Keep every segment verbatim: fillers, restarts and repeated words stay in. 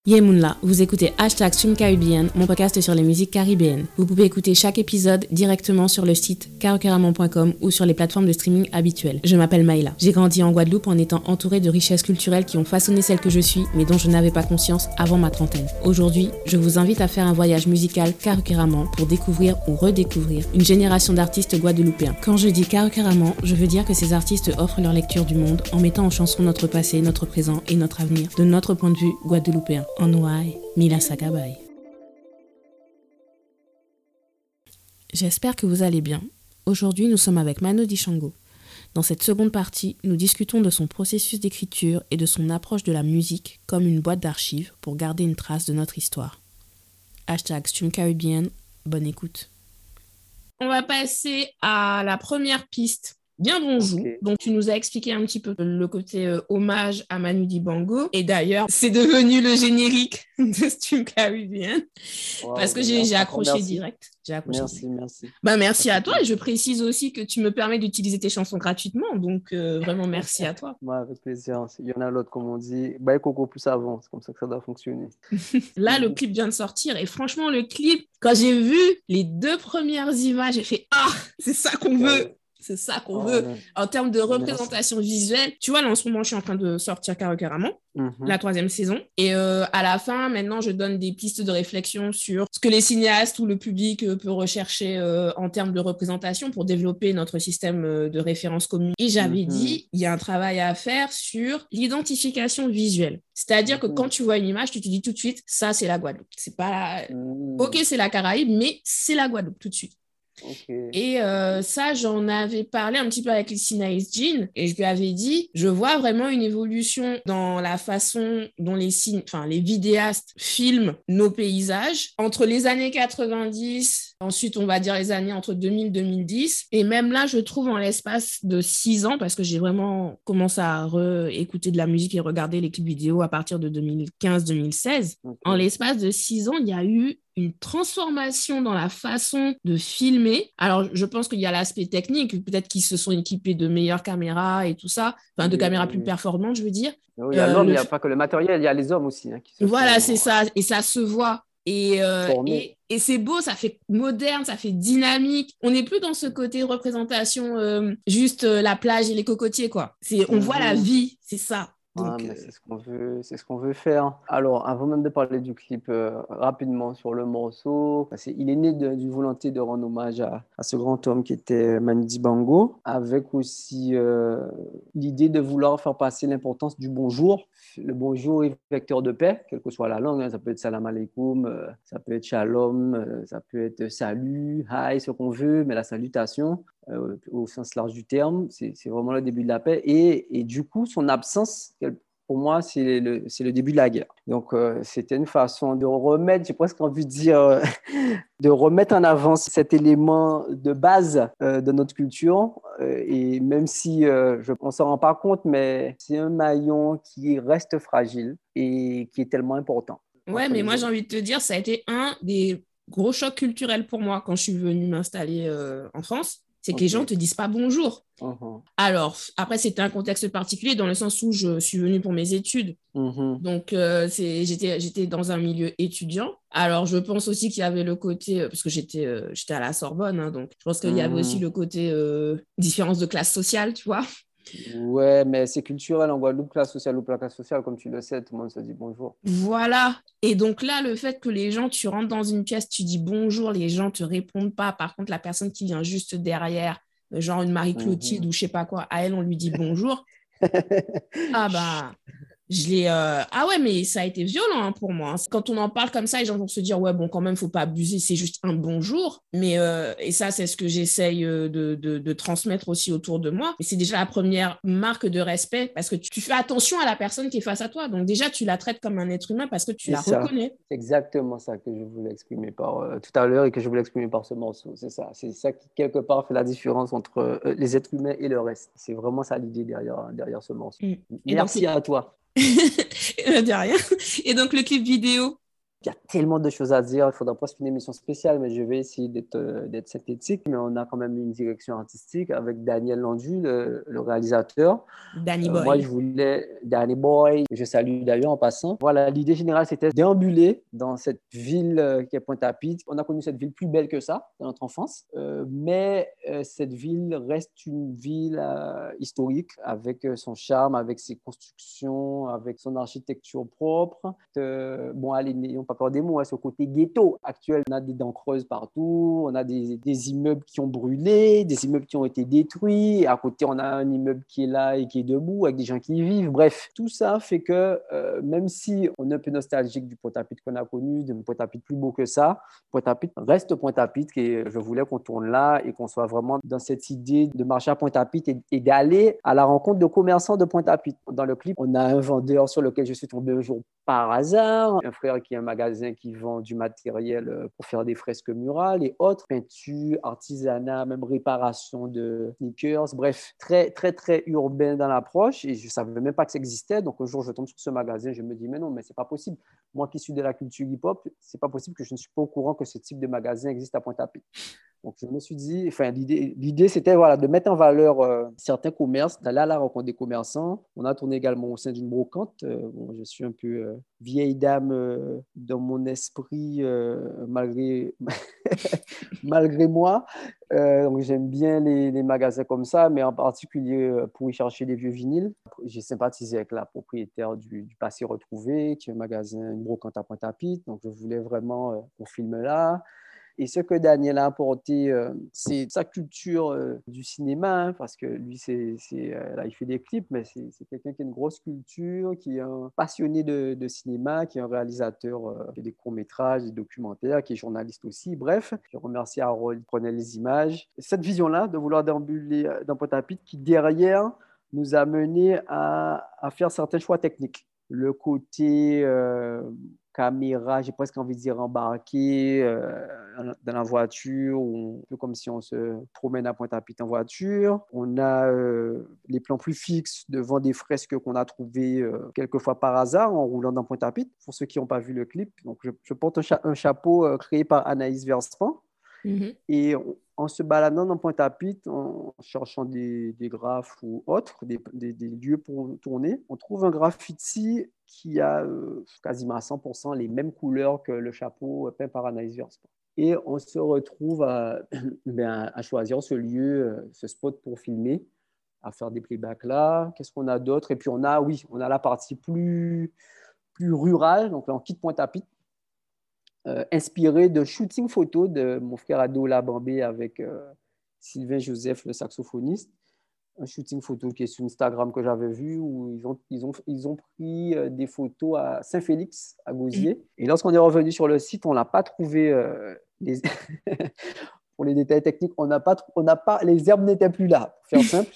Yemunla, vous écoutez Hashtag Stream Caribbean, mon podcast sur les musiques caribéennes. Vous pouvez écouter chaque épisode directement sur le site karokeramon point com ou sur les plateformes de streaming habituelles. Je m'appelle Maïla. J'ai grandi en Guadeloupe en étant entourée de richesses culturelles qui ont façonné celle que je suis, mais dont je n'avais pas conscience avant ma trentaine. Aujourd'hui, je vous invite à faire un voyage musical karokeramon pour découvrir ou redécouvrir une génération d'artistes guadeloupéens. Quand je dis karokeramon, je veux dire que ces artistes offrent leur lecture du monde en mettant en chanson notre passé, notre présent et notre avenir, de notre point de vue guadeloupéen. En ouai, Mila Sakabay. J'espère que vous allez bien. Aujourd'hui, nous sommes avec Mano Dichango. Dans cette seconde partie, nous discutons de son processus d'écriture et de son approche de la musique comme une boîte d'archives pour garder une trace de notre histoire. Hashtag Stream Caribbean, bonne écoute. On va passer à la première piste. Bien bonjour. Okay. Donc, tu nous as expliqué un petit peu le côté euh, hommage à Manu Dibango. Et d'ailleurs, c'est devenu le générique de Stream Caribbean. Wow, parce que j'ai, j'ai accroché merci. direct. J'ai accroché merci, direct. merci. Bah, merci à toi. Et je précise aussi que tu me permets d'utiliser tes chansons gratuitement. Donc, euh, vraiment, merci à toi. Ouais, avec plaisir. Il y en a l'autre, comme on dit. Bah, Coco plus avant. C'est comme ça que ça doit fonctionner. Là, le clip vient de sortir. Et franchement, le clip, quand j'ai vu les deux premières images, j'ai fait « Ah, c'est ça qu'on veut ouais. !» C'est ça qu'on oh, veut. Ouais. En termes de représentation Merci. visuelle, tu vois, là, en ce moment, je suis en train de sortir Karokeramon, mm-hmm. la troisième saison. Et euh, à la fin, maintenant, je donne des pistes de réflexion sur ce que les cinéastes ou le public euh, peut rechercher euh, en termes de représentation pour développer notre système euh, de référence commune. Et j'avais mm-hmm. dit, il y a un travail à faire sur l'identification visuelle. C'est-à-dire mm-hmm. que quand tu vois une image, tu te dis tout de suite, ça, c'est la Guadeloupe. C'est pas... Mm-hmm. OK, c'est la Caraïbe, mais c'est la Guadeloupe tout de suite. Okay. Et euh, ça, j'en avais parlé un petit peu avec Lissina Jean et je lui avais dit, je vois vraiment une évolution dans la façon dont les, cin- enfin, les vidéastes filment nos paysages entre les années quatre-vingt-dix, ensuite on va dire les années entre deux mille et deux mille dix. Et même là, je trouve en l'espace de six ans, parce que j'ai vraiment commencé à réécouter de la musique et regarder les clips vidéo à partir de deux mille quinze deux mille seize. Okay. En l'espace de six ans, il y a eu une transformation dans la façon de filmer. Alors, je pense qu'il y a l'aspect technique, peut-être qu'ils se sont équipés de meilleures caméras et tout ça, enfin de oui, caméras oui. plus performantes, je veux dire. Oui, il y a euh, l'homme, le... il n'y a pas que le matériel, il y a les hommes aussi. Hein, qui se voilà, font... c'est ça, et ça se voit. Et, euh, et, et c'est beau, ça fait moderne, ça fait dynamique. On n'est plus dans ce côté représentation, euh, juste euh, la plage et les cocotiers, quoi. C'est, on mmh. voit la vie, c'est ça. Donc, ah, mais c'est ce qu'on veut, c'est ce qu'on veut faire. Alors, avant même de parler du clip, euh, rapidement sur le morceau, c'est, il est né de, d'une volonté de rendre hommage à, à ce grand homme qui était Manu Dibango, avec aussi euh, l'idée de vouloir faire passer l'importance du bonjour. Le bonjour est vecteur de paix, quelle que soit la langue. Hein, ça peut être salam alaikum, euh, ça peut être shalom, euh, ça peut être salut, hi, ce qu'on veut, mais la salutation. Euh, au sens large du terme, c'est, c'est vraiment le début de la paix et, et du coup son absence, pour moi c'est le, c'est le début de la guerre. Donc euh, c'était une façon de remettre, j'ai presque envie de dire, euh, de remettre en avant cet élément de base euh, de notre culture euh, et même si euh, je, on ne s'en rend pas compte, mais c'est un maillon qui reste fragile et qui est tellement important. Ouais, mais moi j'ai envie de te dire, ça a été un des gros chocs culturels pour moi quand je suis venue m'installer euh, en France. C'est que okay. les gens ne te disent pas bonjour. Uh-huh. Alors, après, c'était un contexte particulier dans le sens où je suis venue pour mes études. Uh-huh. Donc, euh, c'est, j'étais, j'étais dans un milieu étudiant. Alors, je pense aussi qu'il y avait le côté, parce que j'étais, euh, j'étais à la Sorbonne, hein, donc je pense qu'il y uh-huh. avait aussi le côté euh, différence de classe sociale, tu vois. Ouais, mais c'est culturel en Guadeloupe, classe sociale ou pas classe sociale, comme tu le sais, tout le monde se dit bonjour. Voilà. Et donc là, le fait que les gens, tu rentres dans une pièce, tu dis bonjour, les gens te répondent pas. Par contre, la personne qui vient juste derrière, genre une Marie-Clotilde mm-hmm. ou je sais pas quoi, à elle, on lui dit bonjour. Ah bah... Je l'ai, euh... Ah ouais, mais ça a été violent hein, pour moi. Quand on en parle comme ça, les gens vont se dire, ouais, bon, quand même, faut pas abuser, c'est juste un bonjour. Mais, euh... et ça, c'est ce que j'essaye de, de, de transmettre aussi autour de moi. Mais c'est déjà la première marque de respect parce que tu fais attention à la personne qui est face à toi. Donc déjà, tu la traites comme un être humain parce que tu c'est la ça. reconnais. C'est exactement ça que je voulais exprimer par, euh, tout à l'heure et que je voulais exprimer par ce morceau. C'est ça. C'est ça qui, quelque part, fait la différence entre euh, les êtres humains et le reste. C'est vraiment ça l'idée derrière, derrière ce morceau. Mmh. Merci donc, à toi. De rien. Et donc, le clip vidéo, Il y a tellement de choses à dire. Il faudra presque une émission spéciale, mais je vais essayer d'être, euh, d'être synthétique. Mais on a quand même une direction artistique avec Daniel Landu, le, le réalisateur. Danny Euh, moi, Boy. je voulais Danny Boy, je salue d'ailleurs en passant. Voilà, l'idée générale, c'était de déambuler dans cette ville euh, qui est Pointe-à-Pitre. On a connu cette ville plus belle que ça dans notre enfance, euh, mais euh, cette ville reste une ville euh, historique avec euh, son charme, avec ses constructions, avec son architecture propre. Euh, bon, allez, n'ayons pas peur des mots, hein, ce côté ghetto actuel. On a des dents creuses partout, on a des, des immeubles qui ont brûlé, des immeubles qui ont été détruits. À côté, on a un immeuble qui est là et qui est debout avec des gens qui y vivent. Bref, tout ça fait que euh, même si on est un peu nostalgique du Pointe-à-Pitre qu'on a connu, d'un Pointe-à-Pitre plus beau que ça, Pointe-à-Pitre reste Pointe-à-Pitre et je voulais qu'on tourne là et qu'on soit vraiment dans cette idée de marcher à Pointe-à-Pitre et, et d'aller à la rencontre de commerçants de Pointe-à-Pitre. Dans le clip, on a un vendeur sur lequel je suis tombé un jour par hasard, un frère qui a un magasin qui vend du matériel pour faire des fresques murales et autres, peinture, artisanat, même réparation de sneakers, bref, très, très, très urbain dans l'approche et je ne savais même pas que ça existait. Donc un jour, je tombe sur ce magasin, je me dis, mais non, mais ce n'est pas possible. Moi qui suis de la culture hip-hop, ce n'est pas possible que je ne suis pas au courant que ce type de magasin existe à Pointe-à-Pitre. Donc, je me suis dit, enfin, l'idée, l'idée c'était voilà, de mettre en valeur euh, certains commerces, d'aller à la rencontre des commerçants. On a tourné également au sein d'une brocante. Euh, bon, je suis un peu euh, vieille dame euh, dans mon esprit, euh, malgré, malgré moi. Euh, donc, j'aime bien les, les magasins comme ça, mais en particulier euh, pour y chercher des vieux vinyles. J'ai sympathisé avec la propriétaire du, du Passé Retrouvé, qui est un magasin, une brocante à Pointe-à-Pitre. Donc, je voulais vraiment euh, qu'on filme là. Et ce que Daniel a apporté, euh, c'est sa culture euh, du cinéma, hein, parce que lui, c'est, c'est, euh, là, il fait des clips, mais c'est, c'est quelqu'un qui a une grosse culture, qui est un passionné de, de cinéma, qui est un réalisateur euh, qui fait des courts-métrages, des documentaires, qui est journaliste aussi. Bref, je remercie Harold qui prenait les images. Et cette vision-là, de vouloir déambuler dans Pointe-à-Pitre, qui derrière nous a mené à, à faire certains choix techniques. Le côté euh, caméra, j'ai presque envie de dire embarqué euh, dans la voiture, ou un peu comme si on se promène à Pointe-à-Pitre en voiture. On a euh, les plans plus fixes devant des fresques qu'on a trouvées euh, quelquefois par hasard en roulant dans Pointe-à-Pitre, pour ceux qui n'ont pas vu le clip. Donc, je, je porte un, cha- un chapeau euh, créé par Anaïs Verspan. Mm-hmm. Et on, en se baladant dans Pointe-à-Pitre, en cherchant des, des graphes ou autres, des, des, des lieux pour tourner, on trouve un graffiti qui a euh, quasiment à cent pour cent les mêmes couleurs que le chapeau peint par Anaïs Verspan. Et on se retrouve à, ben, à choisir ce lieu, ce spot pour filmer, à faire des playbacks là. Qu'est-ce qu'on a d'autre? Et puis on a, oui, on a la partie plus, plus rurale, donc là on quitte Pointe-à-Pitre, Euh, inspiré de shooting photo de mon frère Adola Bambé avec euh, Sylvain Joseph, le saxophoniste. Un shooting photo qui est sur Instagram que j'avais vu où ils ont, ils ont, ils ont pris euh, des photos à Saint-Félix, à Gosier. Mmh. Et lorsqu'on est revenu sur le site, on n'a pas trouvé euh, les... pour les détails techniques, on n'a pas, on n'a pas, les herbes n'étaient plus là, pour faire simple.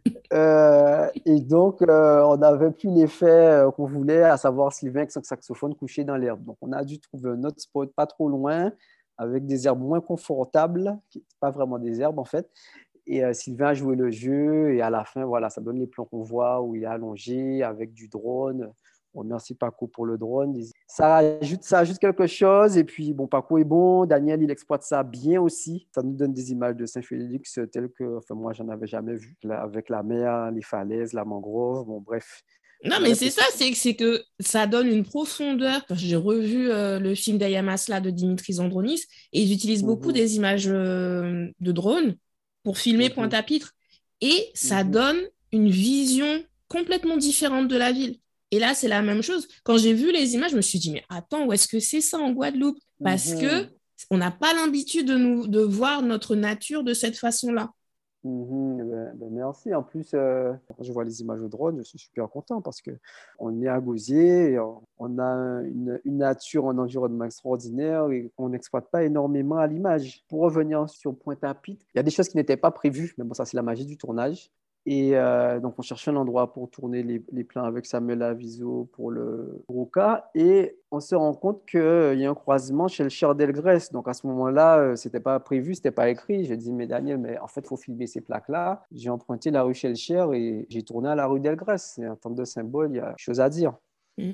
Euh, et donc, euh, on n'avait plus l'effet euh, qu'on voulait, à savoir Sylvain avec son saxophone couché dans l'herbe. Donc, on a dû trouver un autre spot pas trop loin, avec des herbes moins confortables, qui n'étaient pas vraiment des herbes en fait. Et euh, Sylvain a joué le jeu, et à la fin, voilà, ça donne les plans qu'on voit où il est allongé avec du drone. Bon, merci Paco pour le drone. Ça ajoute, ça ajoute quelque chose. Et puis, bon, Paco est bon. Daniel, il exploite ça bien aussi. Ça nous donne des images de Saint-Félix telles que, enfin, moi, j'en avais jamais vu. Là, avec la mer, les falaises, la mangrove. Bon, bref. Non, mais c'est ça, c'est, c'est que ça donne une profondeur. J'ai revu euh, le film d'Ayamasla de Dimitri Zandronis et ils utilisent mm-hmm. beaucoup des images euh, de drone pour filmer mm-hmm. Pointe-à-Pitre. Et ça mm-hmm. donne une vision complètement différente de la ville. Et là, c'est la même chose. Quand j'ai vu les images, je me suis dit, mais attends, où est-ce que c'est ça en Guadeloupe? Parce mm-hmm. qu'on n'a pas l'habitude de, nous, de voir notre nature de cette façon-là. Mmh, ben, ben merci. En plus, euh, quand je vois les images au drone, je suis super content parce qu'on est à Gosier, et on, on a une, une nature, un environnement extraordinaire et qu'on n'exploite pas énormément à l'image. Pour revenir sur Pointe-à-Pitre, il y a des choses qui n'étaient pas prévues, mais bon, ça, c'est la magie du tournage. Et euh, donc, on cherchait un endroit pour tourner les, les plans avec Samuel Aviso pour le Broca. Et on se rend compte qu'il y a un croisement chez le Cher d'Elgrès. Donc, à ce moment-là, ce n'était pas prévu, ce n'était pas écrit. J'ai dit, mais Daniel, mais en fait, il faut filmer ces plaques-là. J'ai emprunté la rue chez le Cher et j'ai tourné à la rue d'Elgrès. Et en termes de symbole, il y a quelque chose à dire. Mmh.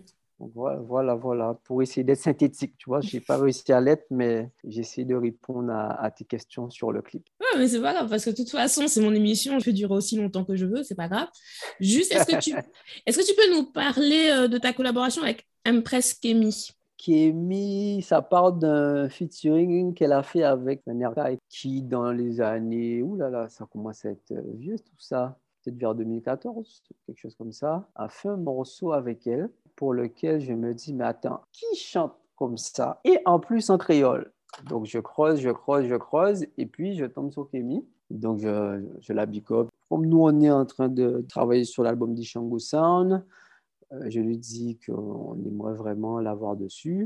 Donc, voilà, voilà, voilà. Pour essayer d'être synthétique, tu vois, je n'ai pas réussi à l'être, mais j'essaie de répondre à, à tes questions sur le clip. Ouais, mais c'est pas grave, parce que de toute façon, c'est mon émission, je peux durer aussi longtemps que je veux, c'est pas grave. Juste, est-ce que tu, est-ce que tu peux nous parler euh, de ta collaboration avec Empress Kemi? Kemi, ça part d'un featuring qu'elle a fait avec Nerka, qui dans les années, ouh là là, ça commence à être vieux tout ça, peut-être vers deux mille quatorze, quelque chose comme ça, a fait un morceau avec elle pour lequel je me dis, mais attends, qui chante comme ça? Et en plus en créole. Donc je creuse, je creuse, je creuse, et puis je tombe sur Kemi. Donc je, je la big up. Comme nous, on est en train de travailler sur l'album d'Ishango Sound, euh, je lui dis qu'on aimerait vraiment l'avoir dessus.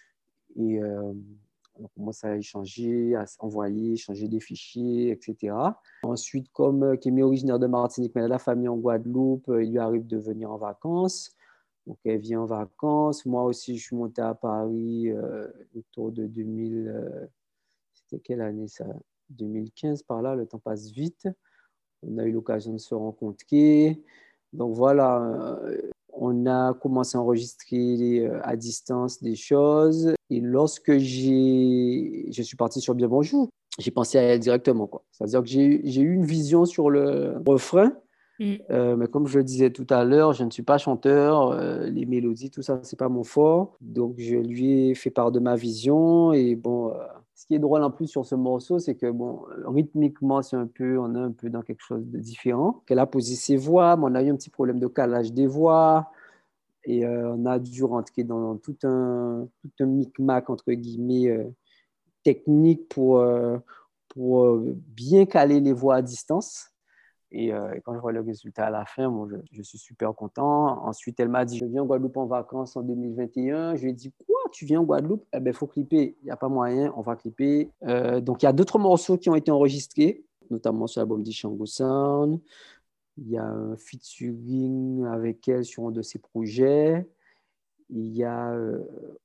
Et euh, on commence à échanger, à s'envoyer, échanger des fichiers, et cetera. Ensuite, comme Kemi est originaire de Martinique, mais elle a la famille en Guadeloupe, il lui arrive de venir en vacances. Donc, elle vient en vacances. Moi aussi, je suis monté à Paris euh, autour de deux mille... Euh, c'était quelle année ça? deux mille quinze, par là, le temps passe vite. On a eu l'occasion de se rencontrer. Donc, voilà, euh, on a commencé à enregistrer euh, à distance des choses. Et lorsque j'ai... je suis parti sur Bien Bonjour, j'ai pensé à elle directement, quoi. C'est-à-dire que j'ai, j'ai eu une vision sur le refrain. Mm. Euh, mais comme je le disais tout à l'heure, je ne suis pas chanteur, euh, les mélodies, tout ça, c'est pas mon fort. Donc, je lui ai fait part de ma vision. Et bon, euh, ce qui est drôle en plus sur ce morceau, c'est que bon, rythmiquement, c'est un peu, on est un peu dans quelque chose de différent. Elle a posé ses voix, mais on a eu un petit problème de calage des voix. Et euh, on a dû rentrer dans tout un, tout un micmac, entre guillemets, euh, technique pour, euh, pour euh, bien caler les voix à distance. Et euh, quand je vois le résultat à la fin, bon, je, je suis super content. Ensuite, elle m'a dit, je viens en Guadeloupe en vacances en deux mille vingt et un. Je lui ai dit, quoi, tu viens en Guadeloupe? Eh bien, il faut clipper. Il n'y a pas moyen, on va clipper. Euh, donc, il y a d'autres morceaux qui ont été enregistrés, notamment sur l'album d'Ishango Sound. Il y a un featuring avec elle sur un de ses projets. Il y a euh,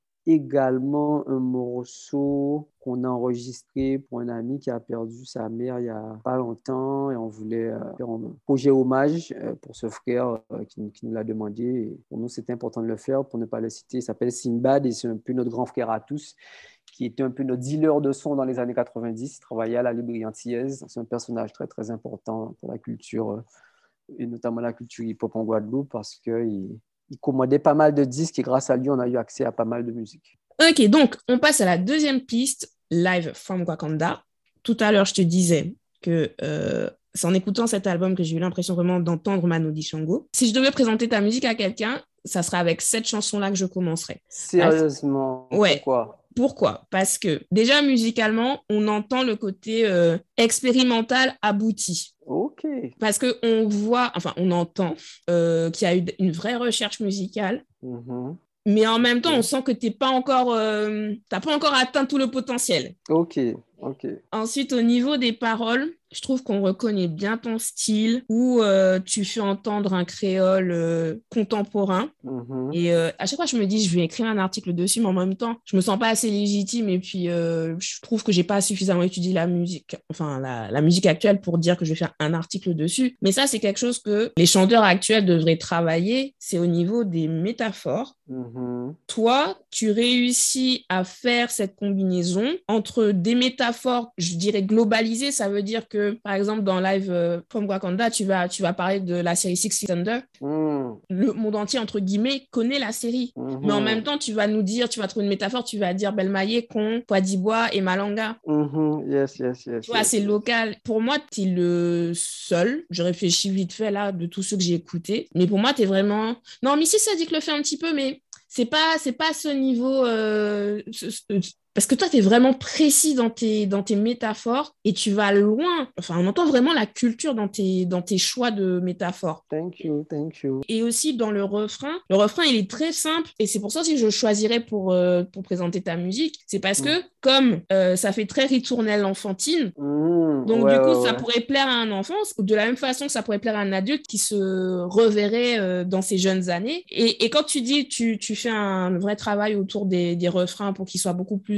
également un morceau qu'on a enregistré pour un ami qui a perdu sa mère il n'y a pas longtemps et on voulait euh, faire un projet hommage euh, pour ce frère euh, qui, qui nous l'a demandé. Et pour nous, c'était important de le faire pour ne pas le citer. Il s'appelle Sinbad et c'est un peu notre grand frère à tous qui était un peu notre dealer de son dans les années quatre-vingt-dix. Il travaillait à la librairie antillaise. C'est un personnage très, très important pour la culture euh, et notamment la culture hip-hop en Guadeloupe parce qu'il il commandait pas mal de disques et grâce à lui, on a eu accès à pas mal de musique. Ok, donc on passe à la deuxième piste, Live from Wakanda. Tout à l'heure, je te disais que euh, c'est en écoutant cet album que j'ai eu l'impression vraiment d'entendre Manu Dibango. Si je devais présenter ta musique à quelqu'un, ça serait avec cette chanson-là que je commencerais. Sérieusement? Parce... Ouais. Pourquoi? Pourquoi? Parce que déjà musicalement, on entend le côté euh, expérimental abouti. Ok. Parce qu'on voit, enfin on entend euh, qu'il y a eu une vraie recherche musicale. Mm-hmm. Mais en même temps, on sent que t'es pas encore, euh, t'as pas encore atteint tout le potentiel. Ok, ok. Ensuite, au niveau des paroles, je trouve qu'on reconnaît bien ton style où euh, tu fais entendre un créole euh, contemporain. Mm-hmm. Et euh, à chaque fois, je me dis, je vais écrire un article dessus, mais en même temps, je me sens pas assez légitime et puis euh, je trouve que j'ai pas suffisamment étudié la musique, enfin la, la musique actuelle pour dire que je vais faire un article dessus. Mais ça, c'est quelque chose que les chanteurs actuels devraient travailler. C'est au niveau des métaphores. Mm-hmm. Toi, tu réussis à faire cette combinaison entre des métaphores, je dirais globalisées. Ça veut dire que, par exemple, dans Live euh, from Wakanda, tu vas, tu vas parler de la série Six Feet Under. Mm. Le monde entier, entre guillemets, connaît la série. Mm-hmm. Mais en même temps, tu vas nous dire, tu vas trouver une métaphore, tu vas dire Belmaye, Kon, Poadibois et Malanga. Mm-hmm. Yes, yes, yes. Tu vois, yes, c'est yes. local. Pour moi, tu es le seul. Je réfléchis vite fait là de tous ceux que j'ai écoutés. Mais pour moi, tu es vraiment... Non, Missy, ça dit que le fait un petit peu, mais c'est pas, c'est pas ce niveau... Euh, ce, ce, parce que toi, tu es vraiment précis dans tes, dans tes métaphores et tu vas loin. Enfin, on entend vraiment la culture dans tes, dans tes choix de métaphores. Thank you, thank you. Et aussi dans le refrain. Le refrain, il est très simple et c'est pour ça que je choisirais pour, euh, pour présenter ta musique. C'est parce mmh. que comme euh, ça fait très ritournelle enfantine, mmh, donc ouais, du coup, ouais, ça ouais. pourrait plaire à un enfant de la même façon que ça pourrait plaire à un adulte qui se reverrait euh, dans ses jeunes années. Et, et quand tu dis tu, tu fais un vrai travail autour des, des refrains pour qu'ils soient beaucoup plus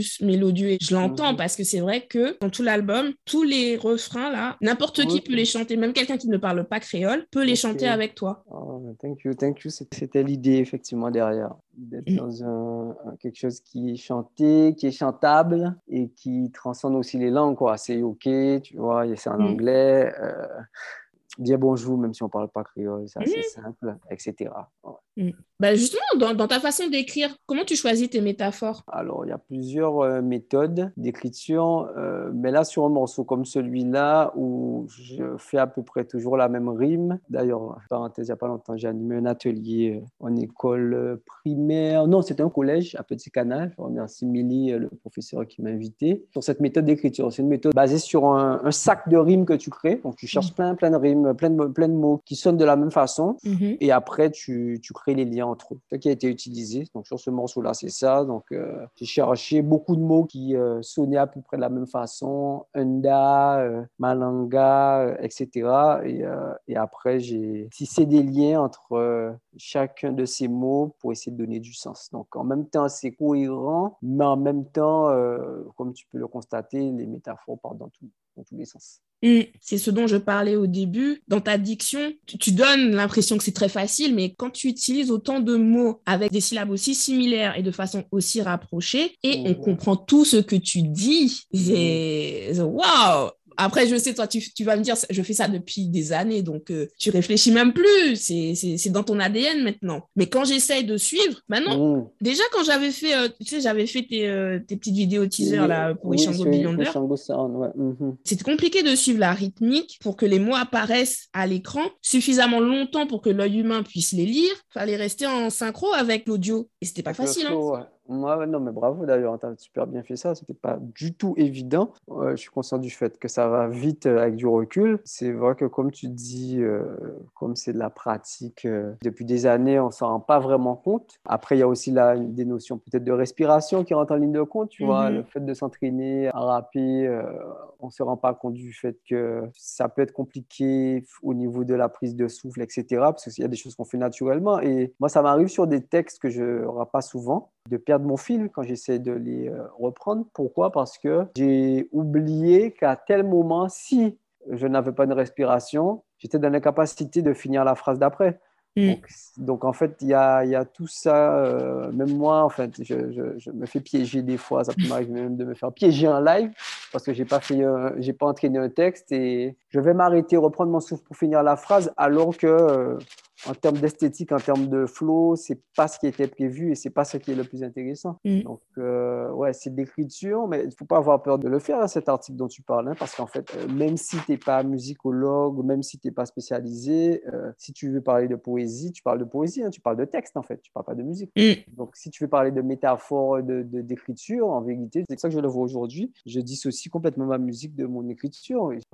plus mélodieux. Et je l'entends mm-hmm. parce que c'est vrai que dans tout l'album, tous les refrains, là, n'importe okay. qui peut les chanter. Même quelqu'un qui ne parle pas créole peut les okay. chanter avec toi. Oh, thank you, thank you. C'était l'idée, effectivement, derrière. D'être mm. dans un, un, quelque chose qui est chanté, qui est chantable et qui transcende aussi les langues, quoi. C'est OK, tu vois, c'est en mm. anglais. Euh, dire bonjour, même si on ne parle pas créole, c'est assez mm. simple, et cetera. Ouais. Mm. Ben justement, dans, dans ta façon d'écrire, comment tu choisis tes métaphores? Alors, il y a plusieurs euh, méthodes d'écriture, euh, mais là, sur un morceau comme celui-là, où je fais à peu près toujours la même rime. D'ailleurs, parenthèse, il n'y a pas longtemps, j'ai animé un atelier euh, en école euh, primaire. Non, c'était un collège à Petit Canal. Je remercie Mélie, euh, le professeur qui m'a invité. Sur cette méthode d'écriture, c'est une méthode basée sur un, un sac de rimes que tu crées. Donc, tu cherches mm. plein, plein de rimes, plein de, plein de mots qui sonnent de la même façon. Mm-hmm. Et après, tu, tu crées les liens entre eux. C'est ça qui a été utilisé. Donc, sur ce morceau-là, c'est ça. Donc, euh, j'ai cherché beaucoup de mots qui euh, sonnaient à peu près de la même façon. Unda, euh, Malanga, euh, et cetera. Et, euh, et après, j'ai tissé des liens entre euh, chacun de ces mots pour essayer de donner du sens. Donc, en même temps, c'est cohérent, mais en même temps, euh, comme tu peux le constater, les métaphores partent dans, tout, dans tous les sens. Mmh, c'est ce dont je parlais au début. Dans ta diction, tu, tu donnes l'impression que c'est très facile, mais quand tu utilises autant de mots avec des syllabes aussi similaires et de façon aussi rapprochée, et mmh. on comprend tout ce que tu dis, c'est waouh! Après, je sais, toi, tu, tu vas me dire, je fais ça depuis des années, donc euh, tu réfléchis même plus, c'est, c'est, c'est dans ton A D N maintenant. Mais quand j'essaye de suivre, maintenant, mmh. déjà quand j'avais fait, euh, tu sais, j'avais fait tes, euh, tes petites vidéos teaser oui, là, pour oui, Ishango Beyonder, ouais. mmh. C'était compliqué de suivre la rythmique pour que les mots apparaissent à l'écran suffisamment longtemps pour que l'œil humain puisse les lire. Il fallait rester en synchro avec l'audio. Et c'était pas avec facile. Flow, hein. ouais. Moi, non, mais bravo d'ailleurs, tu as super bien fait ça. C'était pas du tout évident. Euh, je suis conscient du fait que ça va vite euh, avec du recul. C'est vrai que, comme tu dis, euh, comme c'est de la pratique euh, depuis des années, on s'en rend pas vraiment compte. Après, il y a aussi là des notions peut-être de respiration qui rentrent en ligne de compte. Tu mm-hmm. vois, le fait de s'entraîner à rapper, euh, on se rend pas compte du fait que ça peut être compliqué au niveau de la prise de souffle, et cetera. Parce qu'il y a des choses qu'on fait naturellement. Et moi, ça m'arrive sur des textes que je rappe pas souvent, de perdre mon fil quand j'essaie de les euh, reprendre. Pourquoi? Parce que j'ai oublié qu'à tel moment, si je n'avais pas de respiration, j'étais dans l'incapacité de finir la phrase d'après. Mm. Donc, donc, en fait, il y a, y a tout ça. Euh, même moi, en fait, je, je, je me fais piéger des fois. Ça peut m'arriver même de me faire piéger en live parce que je n'ai pas, euh, j'ai pas entraîné un texte et je vais m'arrêter, reprendre mon souffle pour finir la phrase alors que... Euh, en termes d'esthétique, en termes de flow, c'est pas ce qui était prévu et c'est pas ce qui est le plus intéressant. Mm. Donc, euh, ouais, c'est de l'écriture, mais il faut pas avoir peur de le faire, hein, cet article dont tu parles, hein, parce qu'en fait, euh, même si t'es pas musicologue, même si t'es pas spécialisé, euh, si tu veux parler de poésie, tu parles de poésie, hein, tu parles de texte, en fait, tu parles pas de musique. Mm. Donc, si tu veux parler de métaphore, de, de, d'écriture, en vérité, c'est ça que je le vois aujourd'hui. Je dissocie complètement ma musique de mon écriture. Ouais.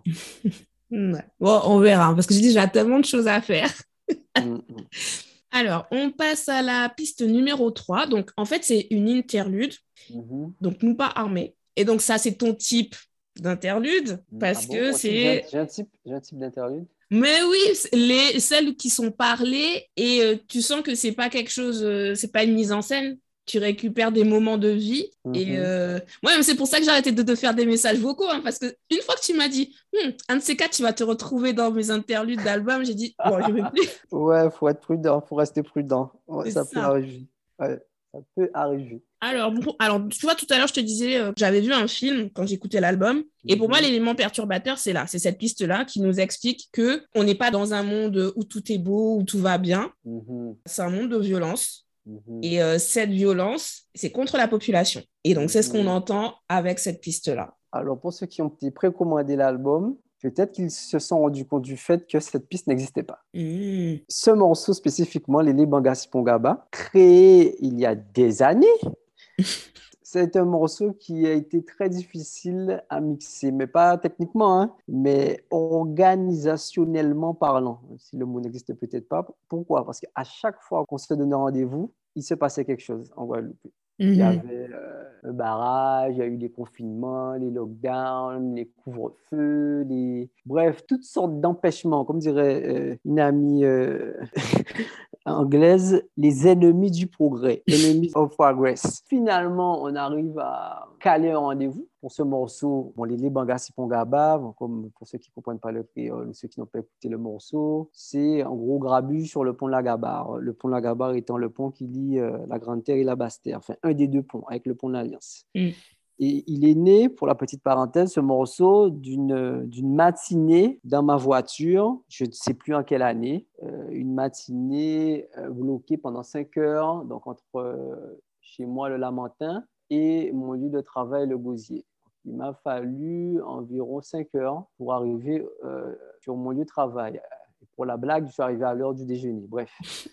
Bon, on verra, parce que je dis, j'ai tellement de choses à faire. Alors, on passe à la piste numéro trois. Donc, en fait, c'est une interlude. Mm-hmm. Donc, nous pas armés. Et donc, ça, c'est ton type d'interlude. Parce ah bon, que c'est... J'ai, j'ai, un type, j'ai un type d'interlude. Mais oui, les, celles qui sont parlées et euh, tu sens que c'est pas quelque chose... Euh, c'est pas une mise en scène. Tu récupères des moments de vie. Mm-hmm. Et euh... ouais, mais c'est pour ça que j'ai arrêté de te faire des messages vocaux. Hein, parce qu'une fois que tu m'as dit, hm, un de ces quatre, tu vas te retrouver dans mes interludes d'album, j'ai dit, bon, je vais plus. Ouais, il faut être prudent, il faut rester prudent. Ouais, ça, ça peut arriver. Ouais, ça peut arriver. Alors, bon, alors, tu vois, tout à l'heure, je te disais euh, que j'avais vu un film quand j'écoutais l'album. Et pour mm-hmm. moi, l'élément perturbateur, c'est là. C'est cette piste-là qui nous explique qu'on n'est pas dans un monde où tout est beau, où tout va bien. Mm-hmm. C'est un monde de violence. Mmh. Et euh, cette violence, c'est contre la population. Et donc, c'est ce qu'on entend avec cette piste-là. Alors, pour ceux qui ont précommandé l'album, peut-être qu'ils se sont rendus compte du fait que cette piste n'existait pas. Mmh. Ce morceau spécifiquement, Lele Banga Sipongaba, créé il y a des années, c'est un morceau qui a été très difficile à mixer, mais pas techniquement, hein, mais organisationnellement parlant, si le mot n'existe peut-être pas. Pourquoi? Parce qu'à chaque fois qu'on se donnait rendez-vous, il se passait quelque chose en Guadeloupe. Mm-hmm. Il y avait euh, un barrage, il y a eu les confinements, les lockdowns, les couvre-feux, les... bref, toutes sortes d'empêchements. Comme dirait euh, une amie, euh... anglaise, les ennemis du progrès, enemies of progress. Finalement, on arrive à caler un rendez-vous pour ce morceau. Bon, les Libanga Sipongaba, bon, comme pour ceux qui ne comprennent pas le créole, ceux qui n'ont pas écouté le morceau, c'est en gros Grabu sur le pont de la Gabarre. Le pont de la Gabarre étant le pont qui lie euh, la Grande Terre et la Basse Terre, enfin un des deux ponts avec le pont de l'Alliance. Mm. Et il est né, pour la petite parenthèse, ce morceau d'une, d'une matinée dans ma voiture, je ne sais plus en quelle année, euh, une matinée euh, bloquée pendant cinq heures, donc entre euh, chez moi le Lamentin et mon lieu de travail le Gosier. Il m'a fallu environ cinq heures pour arriver euh, sur mon lieu de travail. Pour la blague, je suis arrivé à l'heure du déjeuner. Bref.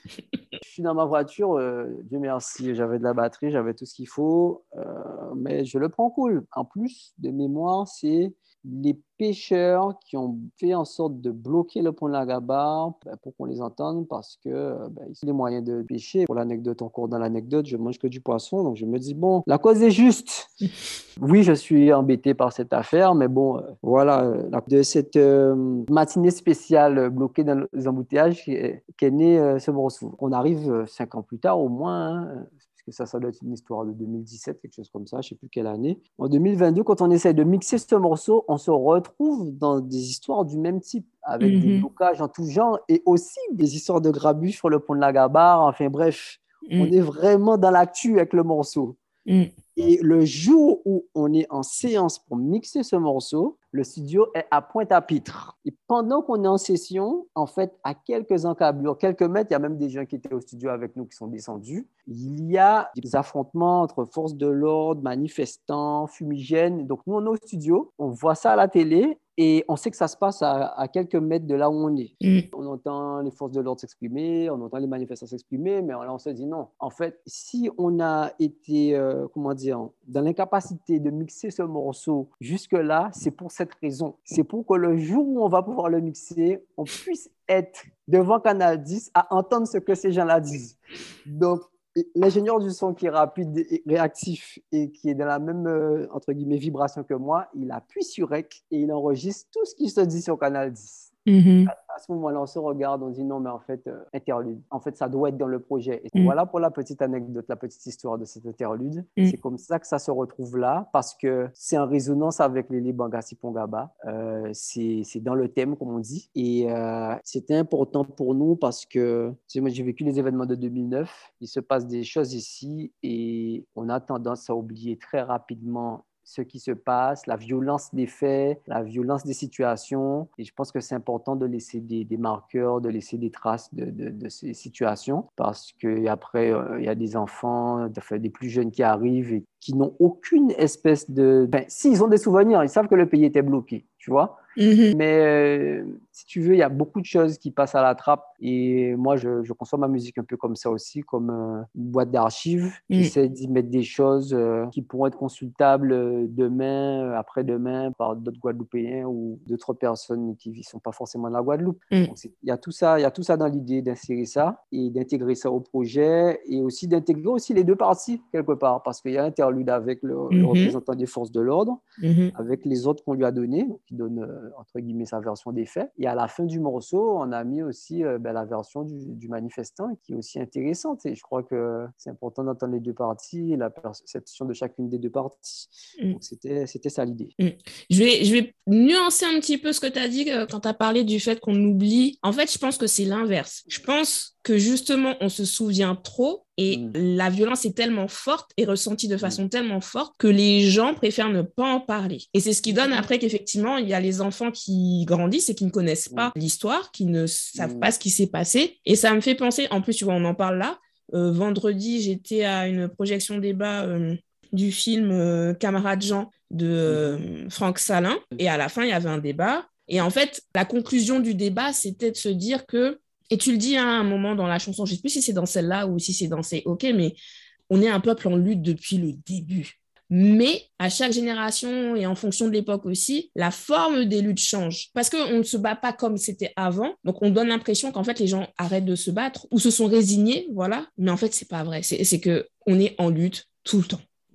Je suis dans ma voiture, euh, Dieu merci, j'avais de la batterie, j'avais tout ce qu'il faut, euh, mais je le prends cool. En plus de mémoire, c'est les pêcheurs qui ont fait en sorte de bloquer le pont de la Gabarre ben, pour qu'on les entende parce que ben, ils ont les moyens de pêcher. Pour l'anecdote, encore dans l'anecdote, je mange que du poisson, donc je me dis, bon, la cause est juste. Oui, je suis embêté par cette affaire, mais bon, euh, voilà, de cette euh, matinée spéciale bloquée dans les embouteillages qu'est qu né euh, ce morceau. On arrive euh, cinq ans plus tard au moins, hein, que ça, ça doit être une histoire de deux mille dix-sept, quelque chose comme ça, je ne sais plus quelle année. En deux mille vingt-deux, quand on essaie de mixer ce morceau, on se retrouve dans des histoires du même type, avec mm-hmm. des blocages en tout genre, et aussi des histoires de grabuge sur le pont de la Gabarre. Enfin bref, mm. on est vraiment dans l'actu avec le morceau. Mm. Et le jour où on est en séance pour mixer ce morceau, le studio est à Pointe-à-Pitre. Et pendant qu'on est en session, en fait, à quelques encablures, quelques mètres, il y a même des gens qui étaient au studio avec nous qui sont descendus. Il y a des affrontements entre forces de l'ordre, manifestants, fumigènes. Donc, nous, on est au studio, on voit ça à la télé et on sait que ça se passe à, à quelques mètres de là où on est. Mm. On entend les forces de l'ordre s'exprimer, on entend les manifestants s'exprimer, mais là, on se dit non. En fait, si on a été, euh, comment dire, dans l'incapacité de mixer ce morceau jusque-là, c'est pour cette raison. C'est pour que le jour où on va pouvoir le mixer, on puisse être devant Canal dix à entendre ce que ces gens-là disent. Donc, l'ingénieur du son qui est rapide et réactif et qui est dans la même, euh, entre guillemets, vibration que moi, il appuie sur Rec et il enregistre tout ce qui se dit sur Canal dix. Mm-hmm. À, à ce moment-là, on se regarde, on dit non, mais en fait, euh, interlude. En fait, ça doit être dans le projet. Et mm. voilà pour la petite anecdote, la petite histoire de cet interlude. Mm. C'est comme ça que ça se retrouve là, parce que c'est en résonance avec les Libanga Sipongaba. Euh, c'est, c'est dans le thème, comme on dit. Et euh, c'était important pour nous parce que, tu sais, moi, j'ai vécu les événements de deux mille neuf. Il se passe des choses ici et on a tendance à oublier très rapidement ce qui se passe, la violence des faits, la violence des situations. Et je pense que c'est important de laisser des, des marqueurs, de laisser des traces de, de, de ces situations parce qu'après, euh, il y a des enfants, enfin, des plus jeunes qui arrivent et qui n'ont aucune espèce de... Ben, s'ils ont des souvenirs, ils savent que le pays était bloqué, tu vois. Mm-hmm. Mais euh, si tu veux, il y a beaucoup de choses qui passent à la trappe et moi, je, je consomme ma musique un peu comme ça aussi, comme euh, une boîte d'archives. Mm. J'essaie d'y mettre des choses euh, qui pourront être consultables demain, après-demain par d'autres Guadeloupéens ou d'autres personnes qui ne sont pas forcément de la Guadeloupe. Mm. Donc, il y a tout ça, il y a tout ça dans l'idée d'insérer ça et d'intégrer ça au projet et aussi d'intégrer aussi les deux parties quelque part parce qu'il y a l'interlude avec le, mm-hmm. le représentant des forces de l'ordre, mm-hmm. avec les autres qu'on lui a donnés, qui donne euh, entre guillemets sa version des faits. Et à la fin du morceau, on a mis aussi euh, ben, la version du, du manifestant qui est aussi intéressante. Et je crois que c'est important d'entendre les deux parties et la perception de chacune des deux parties. Mm. Donc c'était, c'était ça l'idée. Mm. Je vais, je vais nuancer un petit peu ce que tu as dit euh, quand tu as parlé du fait qu'on oublie. En fait, je pense que c'est l'inverse. Je pense que justement, on se souvient trop et mmh. la violence est tellement forte et ressentie de façon mmh. tellement forte que les gens préfèrent ne pas en parler. Et c'est ce qui donne après qu'effectivement, il y a les enfants qui grandissent et qui ne connaissent pas mmh. l'histoire, qui ne savent mmh. pas ce qui s'est passé. Et ça me fait penser, en plus, tu vois, on en parle là. Euh, vendredi, j'étais à une projection débat euh, du film euh, Camarade Jean de euh, Franck Salin. Et à la fin, il y avait un débat. Et en fait, la conclusion du débat, c'était de se dire que et tu le dis hein, à un moment dans la chanson, je ne sais plus si c'est dans celle-là ou si c'est dans C'est OK, mais on est un peuple en lutte depuis le début. Mais à chaque génération et en fonction de l'époque aussi, la forme des luttes change. Parce qu'on ne se bat pas comme c'était avant. Donc, on donne l'impression qu'en fait, les gens arrêtent de se battre ou se sont résignés, voilà. Mais en fait, ce n'est pas vrai. C'est, c'est qu'on est en lutte tout le temps.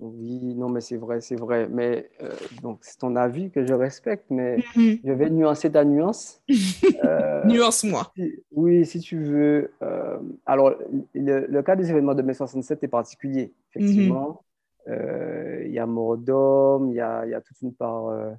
Oui, non, mais c'est vrai, c'est vrai. Mais euh, donc, c'est ton avis que je respecte, mais Mhm. je vais nuancer ta nuance. Euh, Nuance-moi. si- oui, si tu veux. Euh, alors, le, le cas des événements de mai soixante-sept est particulier. Mhm. Effectivement, Euh, il y a mort d'homme, il y a, il y a toute une part euh,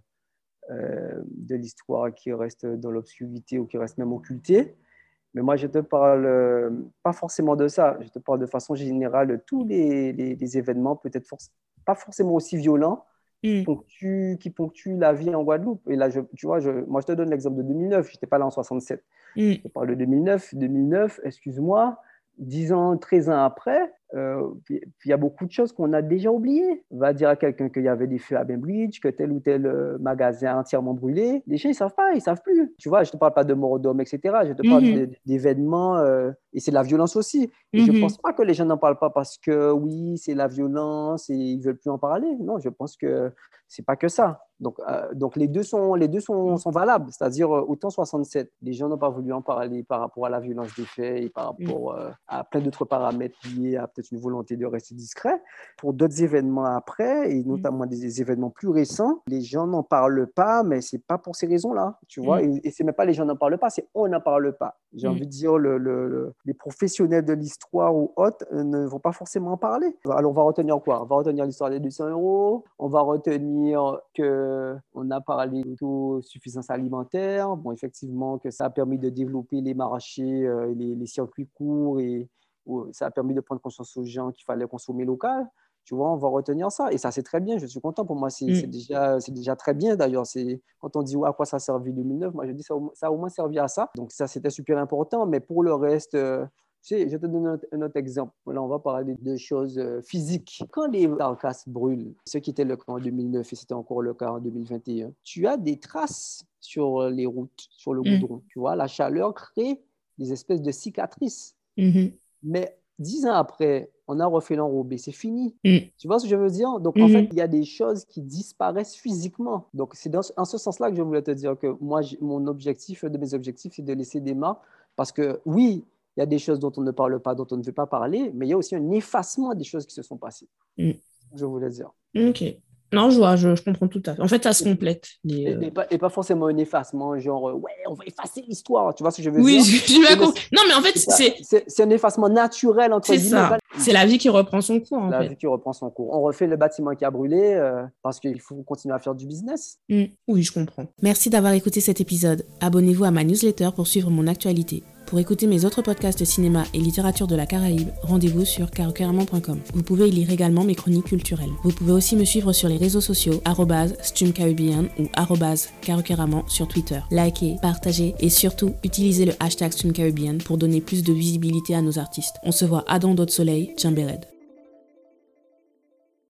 euh, de l'histoire qui reste dans l'obscurité ou qui reste même occultée. Mais moi, je te parle euh, pas forcément de ça. Je te parle de façon générale de tous les, les- les événements, peut-être forc- pas forcément aussi violents, qui Mhm. ponctuent, qui ponctuent la vie en Guadeloupe. Et là, je, tu vois, je, moi, je te donne l'exemple de deux mille neuf. Je n'étais pas là en soixante-sept. Mhm. Je te parle de deux mille neuf. deux mille neuf, excuse-moi, dix ans, treize ans après, euh, puis puis il y a beaucoup de choses qu'on a déjà oubliées. Va dire à quelqu'un qu'il y avait des feux à Bainbridge, que tel ou tel euh, magasin a entièrement brûlé. Les gens, ils ne savent pas, ils ne savent plus. Tu vois, je ne te parle pas de mort d'homme, et cetera. Je te parle Mhm. de- d'événements, euh, et c'est de la violence aussi. Et je ne Mhm. pense pas que les gens n'en parlent pas parce que oui, c'est la violence et ils ne veulent plus en parler. Non, je pense que c'est pas que ça. Donc, euh, donc les deux sont, les deux sont, sont valables. C'est-à-dire, euh, autant soixante-sept, les gens n'ont pas voulu en parler par rapport à la violence des faits et par Mhm. rapport euh, à plein d'autres paramètres liés à peut-être une volonté de rester discret. Pour d'autres événements après, et notamment des, des événements plus récents, les gens n'en parlent pas, mais c'est pas pour ces raisons-là, tu vois. Mhm. Et, et c'est même pas les gens n'en parlent pas, c'est on n'en parle pas. J'ai Mhm. envie de dire, le, le, le, les professionnels de l'histoire ou autres euh, ne vont pas forcément en parler. Alors, on va retenir quoi? On va retenir l'histoire des deux cents euros, on va retenir qu'on a parlé d'autosuffisance alimentaire. Bon, effectivement, que ça a permis de développer les marchés, euh, les, les circuits courts et où ça a permis de prendre conscience aux gens qu'il fallait consommer local. Tu vois, on va retenir ça. Et ça, c'est très bien. Je suis content. Pour moi, c'est c'est Mhm. déjà, c'est déjà très bien. D'ailleurs, c'est quand on dit ouais, à quoi ça a servi deux mille neuf, moi, je dis ça, a au- ça a au moins servi à ça. Donc, ça, c'était super important. Mais pour le reste, euh, tu sais, je te donne un, un autre exemple. Là, on va parler de choses euh, physiques. Quand les carcasses brûlent, ce qui était le cas en deux mille neuf et c'était encore le cas en deux mille vingt et un, tu as des traces sur les routes, sur le Mhm. goudron. Tu vois, la chaleur crée des espèces de cicatrices. Mhm. Mais dix ans après, on a refait l'enrobé, c'est fini. Mhm. Tu vois ce que je veux dire? Donc, en fait, Mhm. il y a des choses qui disparaissent physiquement. Donc, c'est dans, en ce sens-là que je voulais te dire que moi, j'ai- mon objectif, un de mes objectifs, c'est de laisser des marques. Parce que, oui, il y a des choses dont on ne parle pas, dont on ne veut pas parler, mais il y a aussi un effacement des choses qui se sont passées. Mhm. Je voulais dire. Ok. Non, je vois, je, je comprends tout à fait. En fait, ça se complète. les, Et, euh, et pas, et pas forcément un effacement, genre, euh, ouais, on va effacer l'histoire. Tu vois ce que je veux Oui, dire? je, je bien C'est ne- compris. Non, mais en fait, c'est pas- c'est c'est- c'est un effacement naturel, entre c'est guillemets. ça. Pas- C'est la vie qui reprend son cours, en La fait. vie qui reprend son cours. On refait le bâtiment qui a brûlé euh, parce qu'il faut continuer à faire du business. Mm. Oui, je comprends. Merci d'avoir écouté cet épisode. Abonnez-vous à ma newsletter pour suivre mon actualité. Pour écouter mes autres podcasts de cinéma et littérature de la Caraïbe, rendez-vous sur carocaramon point com. Vous pouvez y lire également mes chroniques culturelles. Vous pouvez aussi me suivre sur les réseaux sociaux arobase stumcaribbean ou arobase carocaramon sur Twitter. Likez, partagez et surtout utilisez le hashtag stumcaribbean pour donner plus de visibilité à nos artistes. On se voit à dans d'autres soleils, Djembered.